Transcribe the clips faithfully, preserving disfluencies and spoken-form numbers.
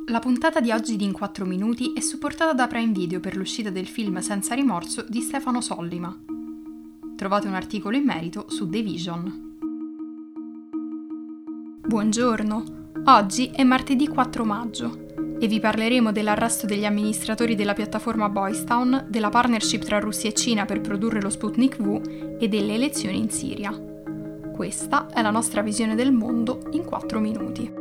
La puntata di oggi di In quattro minuti è supportata da Prime Video per l'uscita del film Senza rimorso di Stefano Sollima. Trovate un articolo in merito su The Vision. Buongiorno, oggi è martedì quattro maggio e vi parleremo dell'arresto degli amministratori della piattaforma Boys Town, della partnership tra Russia e Cina per produrre lo Sputnik V e delle elezioni in Siria. Questa è la nostra visione del mondo in quattro minuti.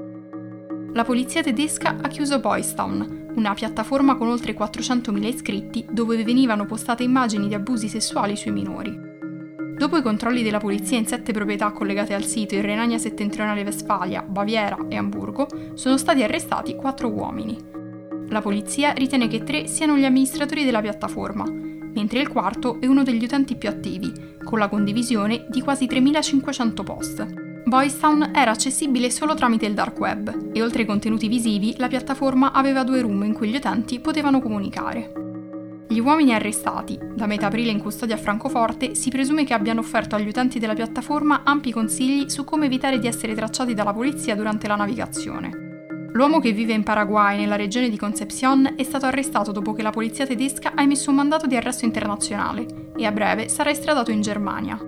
La polizia tedesca ha chiuso Boys Town, una piattaforma con oltre quattrocentomila iscritti dove venivano postate immagini di abusi sessuali sui minori. Dopo i controlli della polizia in sette proprietà collegate al sito in Renania Settentrionale Westfalia, Baviera e Amburgo, sono stati arrestati quattro uomini. La polizia ritiene che tre siano gli amministratori della piattaforma, mentre il quarto è uno degli utenti più attivi, con la condivisione di quasi tremilacinquecento post. Boys Town era accessibile solo tramite il dark web e oltre ai contenuti visivi la piattaforma aveva due room in cui gli utenti potevano comunicare. Gli uomini arrestati, da metà aprile in custodia a Francoforte, si presume che abbiano offerto agli utenti della piattaforma ampi consigli su come evitare di essere tracciati dalla polizia durante la navigazione. L'uomo che vive in Paraguay, nella regione di Concepción, è stato arrestato dopo che la polizia tedesca ha emesso un mandato di arresto internazionale e a breve sarà estradato in Germania.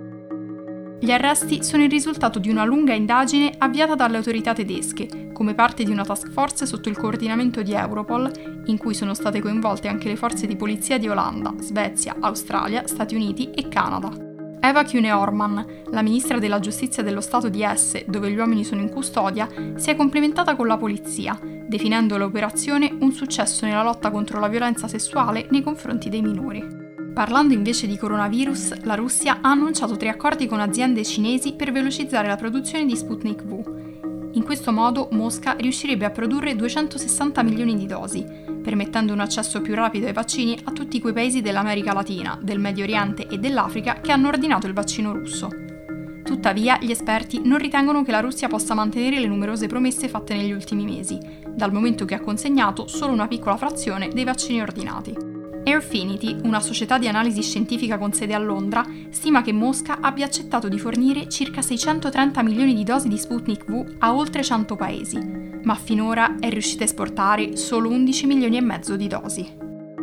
Gli arresti sono il risultato di una lunga indagine avviata dalle autorità tedesche, come parte di una task force sotto il coordinamento di Europol, in cui sono state coinvolte anche le forze di polizia di Olanda, Svezia, Australia, Stati Uniti e Canada. Eva Kühne-Ormann, la ministra della giustizia dello Stato di Hesse, dove gli uomini sono in custodia, si è complementata con la polizia, definendo l'operazione un successo nella lotta contro la violenza sessuale nei confronti dei minori. Parlando invece di coronavirus, la Russia ha annunciato tre accordi con aziende cinesi per velocizzare la produzione di Sputnik V. In questo modo Mosca riuscirebbe a produrre duecentosessanta milioni di dosi, permettendo un accesso più rapido ai vaccini a tutti quei paesi dell'America Latina, del Medio Oriente e dell'Africa che hanno ordinato il vaccino russo. Tuttavia, gli esperti non ritengono che la Russia possa mantenere le numerose promesse fatte negli ultimi mesi, dal momento che ha consegnato solo una piccola frazione dei vaccini ordinati. Airfinity, una società di analisi scientifica con sede a Londra, stima che Mosca abbia accettato di fornire circa seicentotrenta milioni di dosi di Sputnik V a oltre cento paesi, ma finora è riuscita a esportare solo undici milioni e mezzo di dosi.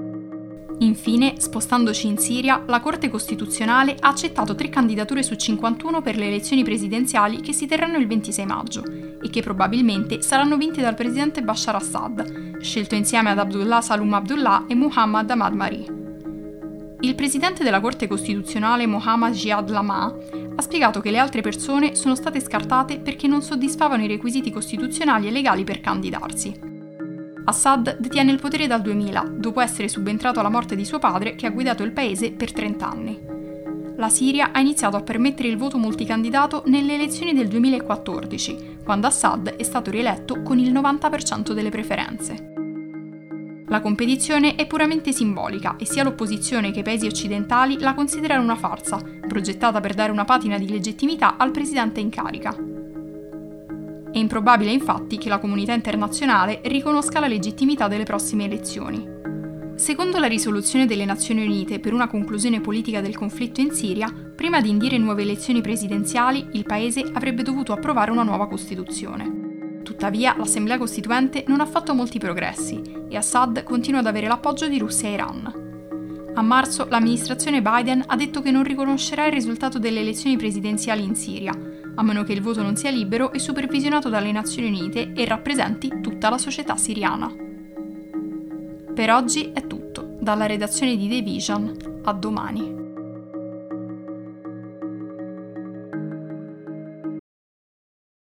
Infine, spostandoci in Siria, la Corte Costituzionale ha accettato tre candidature su cinquantuno per le elezioni presidenziali che si terranno il ventisei maggio e che probabilmente saranno vinte dal presidente Bashar Assad, scelto insieme ad Abdullah Salum Abdullah e Muhammad Ahmad Mari. Il presidente della Corte Costituzionale Mohammad Jihad Lama ha spiegato che le altre persone sono state scartate perché non soddisfavano i requisiti costituzionali e legali per candidarsi. Assad detiene il potere dal duemila, dopo essere subentrato alla morte di suo padre che ha guidato il paese per trenta anni. La Siria ha iniziato a permettere il voto multicandidato nelle elezioni del duemilaquattordici, quando Assad è stato rieletto con il novanta per cento delle preferenze. La competizione è puramente simbolica e sia l'opposizione che i paesi occidentali la considerano una farsa, progettata per dare una patina di legittimità al presidente in carica. È improbabile infatti che la comunità internazionale riconosca la legittimità delle prossime elezioni. Secondo la risoluzione delle Nazioni Unite per una conclusione politica del conflitto in Siria, prima di indire nuove elezioni presidenziali, il paese avrebbe dovuto approvare una nuova Costituzione. Tuttavia, l'Assemblea Costituente non ha fatto molti progressi e Assad continua ad avere l'appoggio di Russia e Iran. A marzo, l'amministrazione Biden ha detto che non riconoscerà il risultato delle elezioni presidenziali in Siria, a meno che il voto non sia libero e supervisionato dalle Nazioni Unite e rappresenti tutta la società siriana. Per oggi è tutto, dalla redazione di The Vision, a domani.